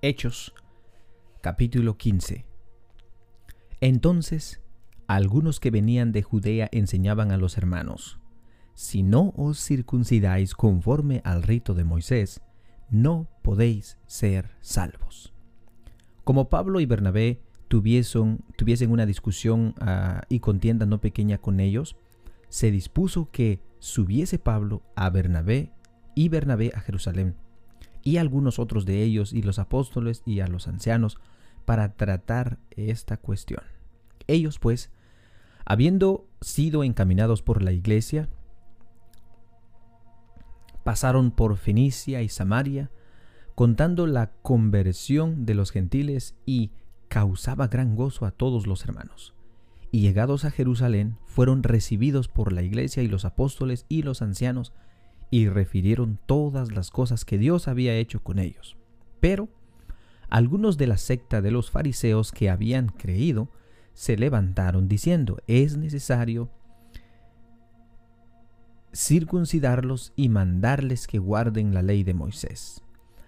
Hechos, capítulo 15. Entonces, algunos que venían de Judea enseñaban a los hermanos: si no os circuncidáis conforme al rito de Moisés, no podéis ser salvos. Como Pablo y Bernabé tuviesen una discusión y contienda no pequeña con ellos, se dispuso que subiese Pablo a Bernabé y Bernabé a Jerusalén, y algunos otros de ellos y los apóstoles y a los ancianos, para tratar esta cuestión. Ellos pues, habiendo sido encaminados por la iglesia, pasaron por Fenicia y Samaria, contando la conversión de los gentiles, y causaba gran gozo a todos los hermanos. Y llegados a Jerusalén, fueron recibidos por la iglesia y los apóstoles y los ancianos, y refirieron todas las cosas que Dios había hecho con ellos. Pero algunos de la secta de los fariseos que habían creído se levantaron diciendo: es necesario circuncidarlos y mandarles que guarden la ley de Moisés.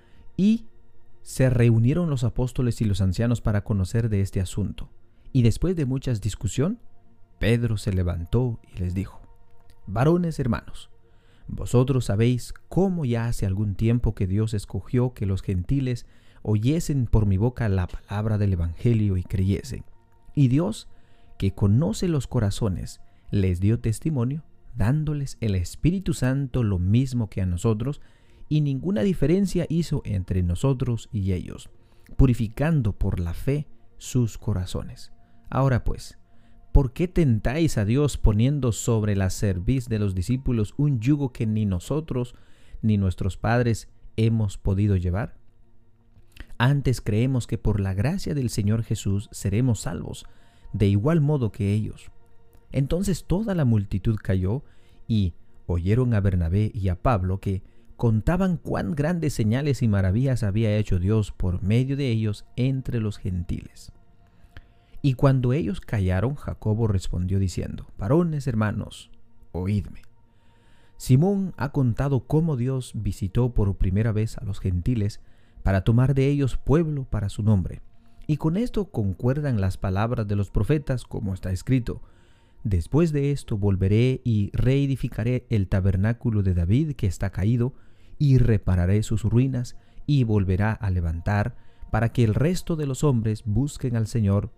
Y se reunieron los apóstoles y los ancianos para conocer de este asunto. Y después de mucha discusión, Pedro se levantó y les dijo: varones hermanos, vosotros sabéis cómo ya hace algún tiempo que Dios escogió que los gentiles oyesen por mi boca la palabra del evangelio y creyesen. Y Dios, que conoce los corazones, les dio testimonio, dándoles el Espíritu Santo lo mismo que a nosotros, y ninguna diferencia hizo entre nosotros y ellos, purificando por la fe sus corazones. Ahora pues, ¿por qué tentáis a Dios poniendo sobre la cerviz de los discípulos un yugo que ni nosotros ni nuestros padres hemos podido llevar? Antes creemos que por la gracia del Señor Jesús seremos salvos, de igual modo que ellos. Entonces toda la multitud cayó y oyeron a Bernabé y a Pablo que contaban cuán grandes señales y maravillas había hecho Dios por medio de ellos entre los gentiles. Y cuando ellos callaron, Jacobo respondió diciendo: varones hermanos, oídme. Simón ha contado cómo Dios visitó por primera vez a los gentiles para tomar de ellos pueblo para su nombre. Y con esto concuerdan las palabras de los profetas, como está escrito: después de esto volveré y reedificaré el tabernáculo de David que está caído, y repararé sus ruinas, y volverá a levantar, para que el resto de los hombres busquen al Señor,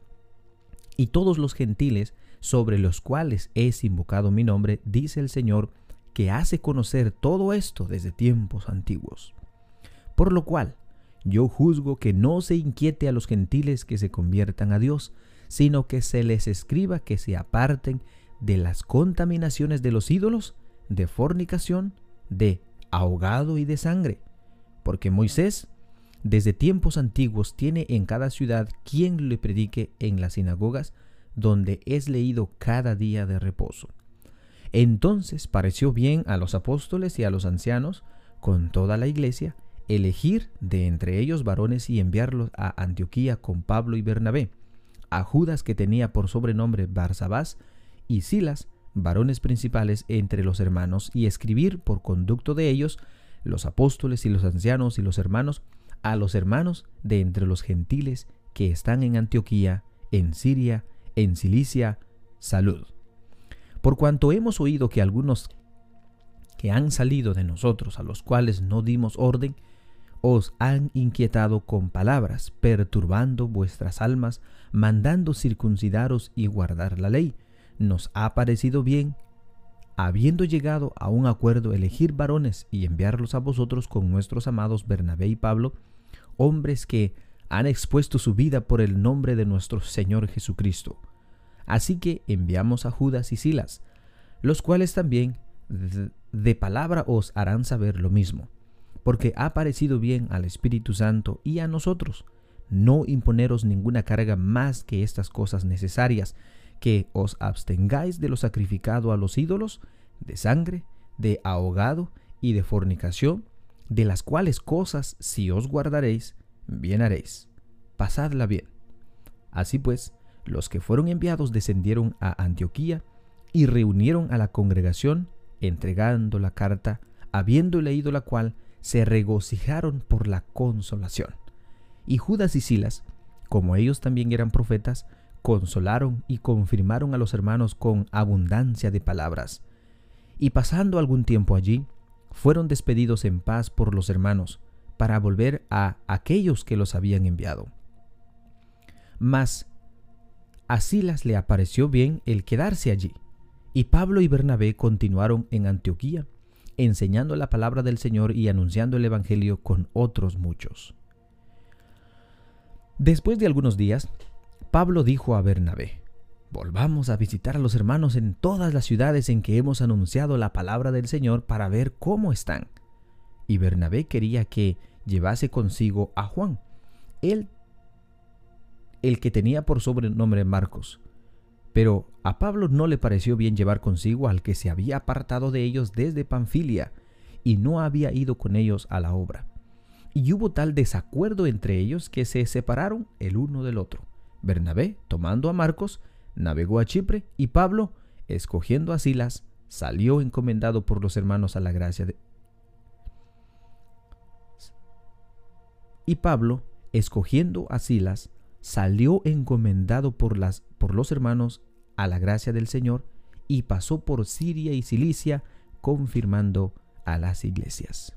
y todos los gentiles sobre los cuales es invocado mi nombre, dice el Señor, que hace conocer todo esto desde tiempos antiguos. Por lo cual, yo juzgo que no se inquiete a los gentiles que se conviertan a Dios, sino que se les escriba que se aparten de las contaminaciones de los ídolos, de fornicación, de ahogado y de sangre. Porque Moisés, desde tiempos antiguos, tiene en cada ciudad quien le predique en las sinagogas, donde es leído cada día de reposo. Entonces pareció bien a los apóstoles y a los ancianos, con toda la iglesia, elegir de entre ellos varones y enviarlos a Antioquía con Pablo y Bernabé, a Judas, que tenía por sobrenombre Barsabás, y Silas, varones principales entre los hermanos, y escribir por conducto de ellos, los apóstoles y los ancianos y los hermanos, a los hermanos de entre los gentiles que están en Antioquía, en Siria, en Cilicia, salud. Por cuanto hemos oído que algunos que han salido de nosotros, a los cuales no dimos orden, os han inquietado con palabras, perturbando vuestras almas, mandando circuncidaros y guardar la ley, nos ha parecido bien, habiendo llegado a un acuerdo, elegir varones y enviarlos a vosotros con nuestros amados Bernabé y Pablo, hombres que han expuesto su vida por el nombre de nuestro Señor Jesucristo. Así que enviamos a Judas y Silas, los cuales también de palabra os harán saber lo mismo, porque ha parecido bien al Espíritu Santo y a nosotros no imponeros ninguna carga más que estas cosas necesarias, que os abstengáis de lo sacrificado a los ídolos, de sangre, de ahogado y de fornicación, de las cuales cosas, si os guardaréis, bien haréis. Pasadla bien. Así pues, los que fueron enviados descendieron a Antioquía y reunieron a la congregación, entregando la carta, habiendo leído la cual, se regocijaron por la consolación. Y Judas y Silas, como ellos también eran profetas, consolaron y confirmaron a los hermanos con abundancia de palabras. Y pasando algún tiempo allí, fueron despedidos en paz por los hermanos, para volver a aquellos que los habían enviado. Mas a Silas le pareció bien el quedarse allí, y Pablo y Bernabé continuaron en Antioquía, enseñando la palabra del Señor y anunciando el evangelio con otros muchos. Después de algunos días, Pablo dijo a Bernabé: volvamos a visitar a los hermanos en todas las ciudades en que hemos anunciado la palabra del Señor para ver cómo están. Y Bernabé quería que llevase consigo a Juan, el que tenía por sobrenombre Marcos. Pero a Pablo no le pareció bien llevar consigo al que se había apartado de ellos desde Panfilia y no había ido con ellos a la obra. Y hubo tal desacuerdo entre ellos que se separaron el uno del otro. Bernabé, tomando a Marcos, navegó a Chipre, y Pablo, escogiendo a Silas, salió encomendado por los hermanos a la gracia de... Y Pablo, escogiendo a Silas, salió encomendado por los hermanos a la gracia del Señor, y pasó por Siria y Cilicia, confirmando a las iglesias.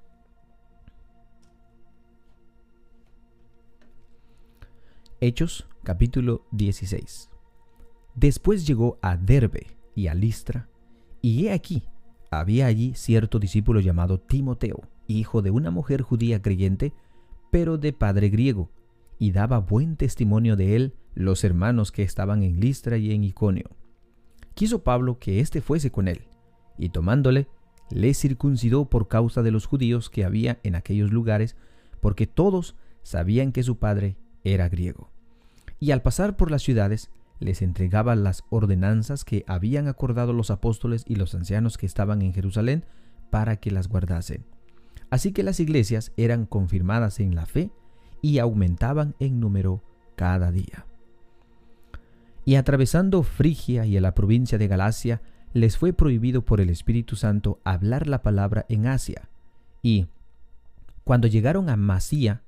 Hechos, capítulo 16. Después llegó a Derbe y a Listra, y he aquí, había allí cierto discípulo llamado Timoteo, hijo de una mujer judía creyente, pero de padre griego, y daba buen testimonio de él los hermanos que estaban en Listra y en Iconio. Quiso Pablo que éste fuese con él, y tomándole, le circuncidó por causa de los judíos que había en aquellos lugares, porque todos sabían que su padre era griego. Y al pasar por las ciudades, les entregaba las ordenanzas que habían acordado los apóstoles y los ancianos que estaban en Jerusalén para que las guardasen. Así que las iglesias eran confirmadas en la fe y aumentaban en número cada día. Y atravesando Frigia y a la provincia de Galacia, les fue prohibido por el Espíritu Santo hablar la palabra en Asia. Y cuando llegaron a Misia,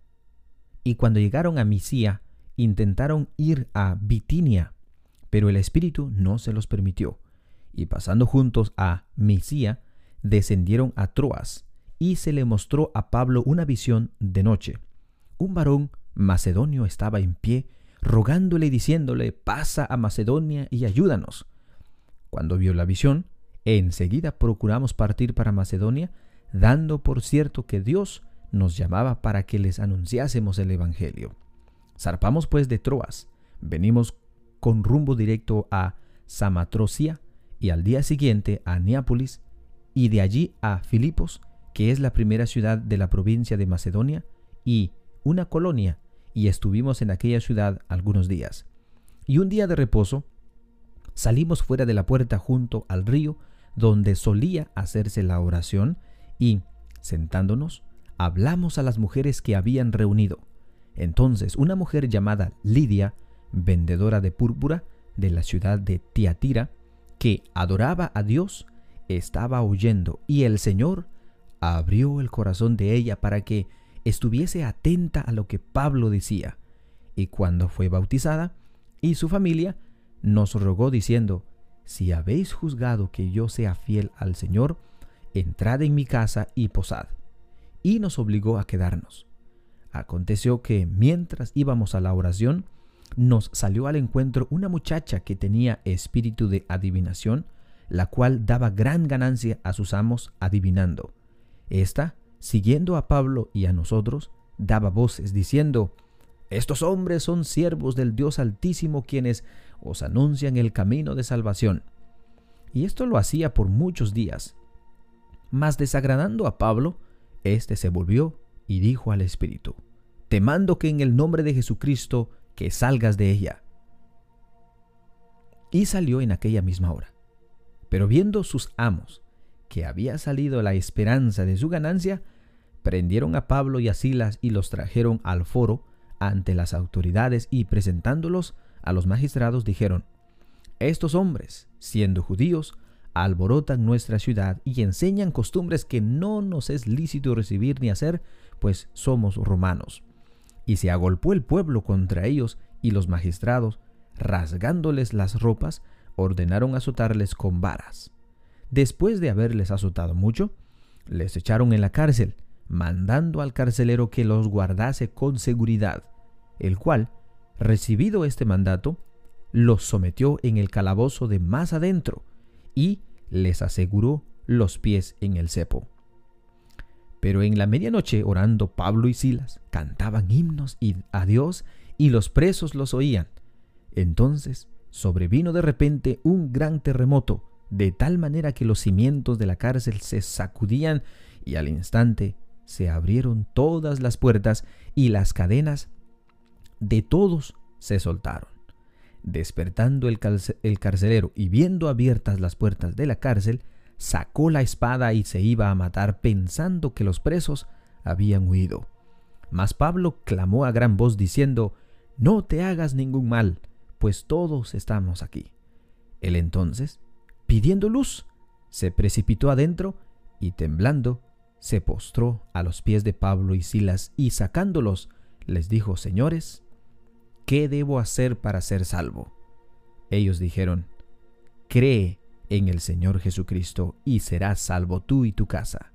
intentaron ir a Bitinia, pero el Espíritu no se los permitió. Y pasando juntos a Misia, descendieron a Troas, y se le mostró a Pablo una visión de noche. Un varón macedonio estaba en pie, rogándole y diciéndole: pasa a Macedonia y ayúdanos. Cuando vio la visión, enseguida procuramos partir para Macedonia, dando por cierto que Dios nos llamaba para que les anunciásemos el evangelio. Zarpamos pues de Troas, venimos con rumbo directo a Samatrocia, y al día siguiente a Neápolis, y de allí a Filipos, que es la primera ciudad de la provincia de Macedonia y una colonia, y estuvimos en aquella ciudad algunos días. Y un día de reposo salimos fuera de la puerta junto al río donde solía hacerse la oración, y sentándonos hablamos a las mujeres que habían reunido. Entonces una mujer llamada Lidia, vendedora de púrpura de la ciudad de Tiatira, que adoraba a Dios, estaba oyendo, y el Señor abrió el corazón de ella para que estuviese atenta a lo que Pablo decía. Y cuando fue bautizada, y su familia, nos rogó diciendo: si habéis juzgado que yo sea fiel al Señor, entrad en mi casa y posad. Y nos obligó a quedarnos. Aconteció que mientras íbamos a la oración, nos salió al encuentro una muchacha que tenía espíritu de adivinación, la cual daba gran ganancia a sus amos adivinando. Esta, siguiendo a Pablo y a nosotros, daba voces diciendo: estos hombres son siervos del Dios Altísimo, quienes os anuncian el camino de salvación. Y esto lo hacía por muchos días. Mas desagradando a Pablo, éste se volvió y dijo al espíritu: te mando que en el nombre de Jesucristo que salgas de ella. Y salió en aquella misma hora. Pero viendo sus amos que había salido la esperanza de su ganancia, prendieron a Pablo y a Silas y los trajeron al foro ante las autoridades, y presentándolos a los magistrados dijeron: estos hombres, siendo judíos, alborotan nuestra ciudad y enseñan costumbres que no nos es lícito recibir ni hacer, pues somos romanos. Y se agolpó el pueblo contra ellos, y los magistrados, rasgándoles las ropas, ordenaron azotarles con varas. Después de haberles azotado mucho, les echaron en la cárcel, mandando al carcelero que los guardase con seguridad, el cual, recibido este mandato, los sometió en el calabozo de más adentro y les aseguró los pies en el cepo. Pero en la medianoche, orando, Pablo y Silas cantaban himnos a Dios, y los presos los oían. Entonces sobrevino de repente un gran terremoto, de tal manera que los cimientos de la cárcel se sacudían, y al instante se abrieron todas las puertas, y las cadenas de todos se soltaron. Despertando el carcelero y viendo abiertas las puertas de la cárcel, sacó la espada y se iba a matar, pensando que los presos habían huido. Mas Pablo clamó a gran voz diciendo: «No te hagas ningún mal, pues todos estamos aquí». Él entonces, pidiendo luz, se precipitó adentro y, temblando, se postró a los pies de Pablo y Silas, y sacándolos, les dijo: «Señores, ¿qué debo hacer para ser salvo?». Ellos dijeron: «Cree en el Señor Jesucristo, y serás salvo tú y tu casa».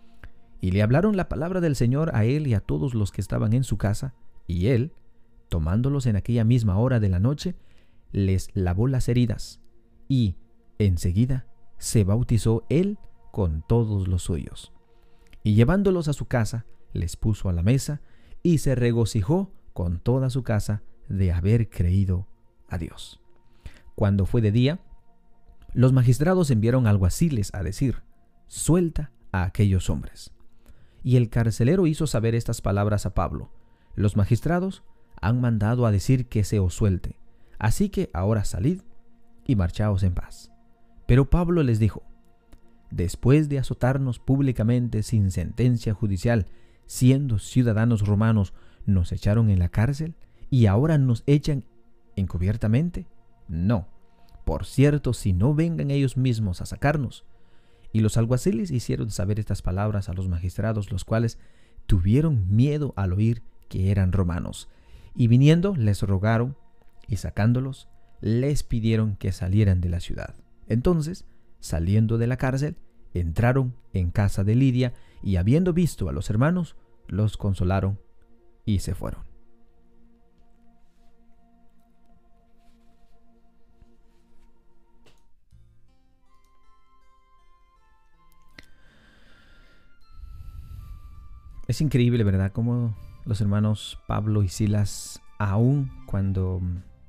Y le hablaron la palabra del Señor a él y a todos los que estaban en su casa, y él, tomándolos en aquella misma hora de la noche, les lavó las heridas, y enseguida se bautizó él con todos los suyos. Y llevándolos a su casa, les puso a la mesa, y se regocijó con toda su casa de haber creído a Dios. Cuando fue de día, los magistrados enviaron alguaciles a decir: «Suelta a aquellos hombres». Y el carcelero hizo saber estas palabras a Pablo: «Los magistrados han mandado a decir que se os suelte, así que ahora salid y marchaos en paz». Pero Pablo les dijo: «Después de azotarnos públicamente sin sentencia judicial, siendo ciudadanos romanos, ¿nos echaron en la cárcel y ahora nos echan encubiertamente? No, por cierto, si no vengan ellos mismos a sacarnos». Y los alguaciles hicieron saber estas palabras a los magistrados, los cuales tuvieron miedo al oír que eran romanos. Y viniendo, les rogaron, y sacándolos, les pidieron que salieran de la ciudad. Entonces, saliendo de la cárcel, entraron en casa de Lidia, y habiendo visto a los hermanos, los consolaron y se fueron. Es increíble, ¿verdad?, cómo los hermanos Pablo y Silas, aun cuando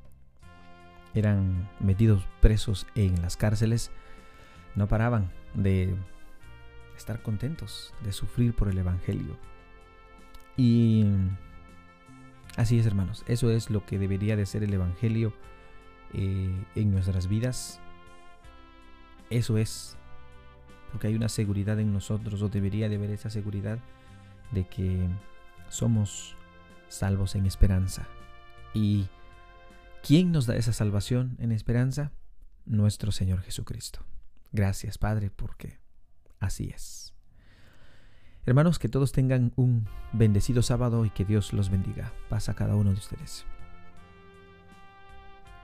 eran metidos presos en las cárceles, no paraban de estar contentos, de sufrir por el Evangelio. Y así es, hermanos, eso es lo que debería de ser el Evangelio en nuestras vidas. Eso es, porque hay una seguridad en nosotros, o debería de haber esa seguridad de que somos salvos en esperanza. ¿Y quién nos da esa salvación en esperanza? Nuestro Señor Jesucristo. Gracias, Padre, porque así es. Hermanos, que todos tengan un bendecido sábado y que Dios los bendiga. Paz a cada uno de ustedes.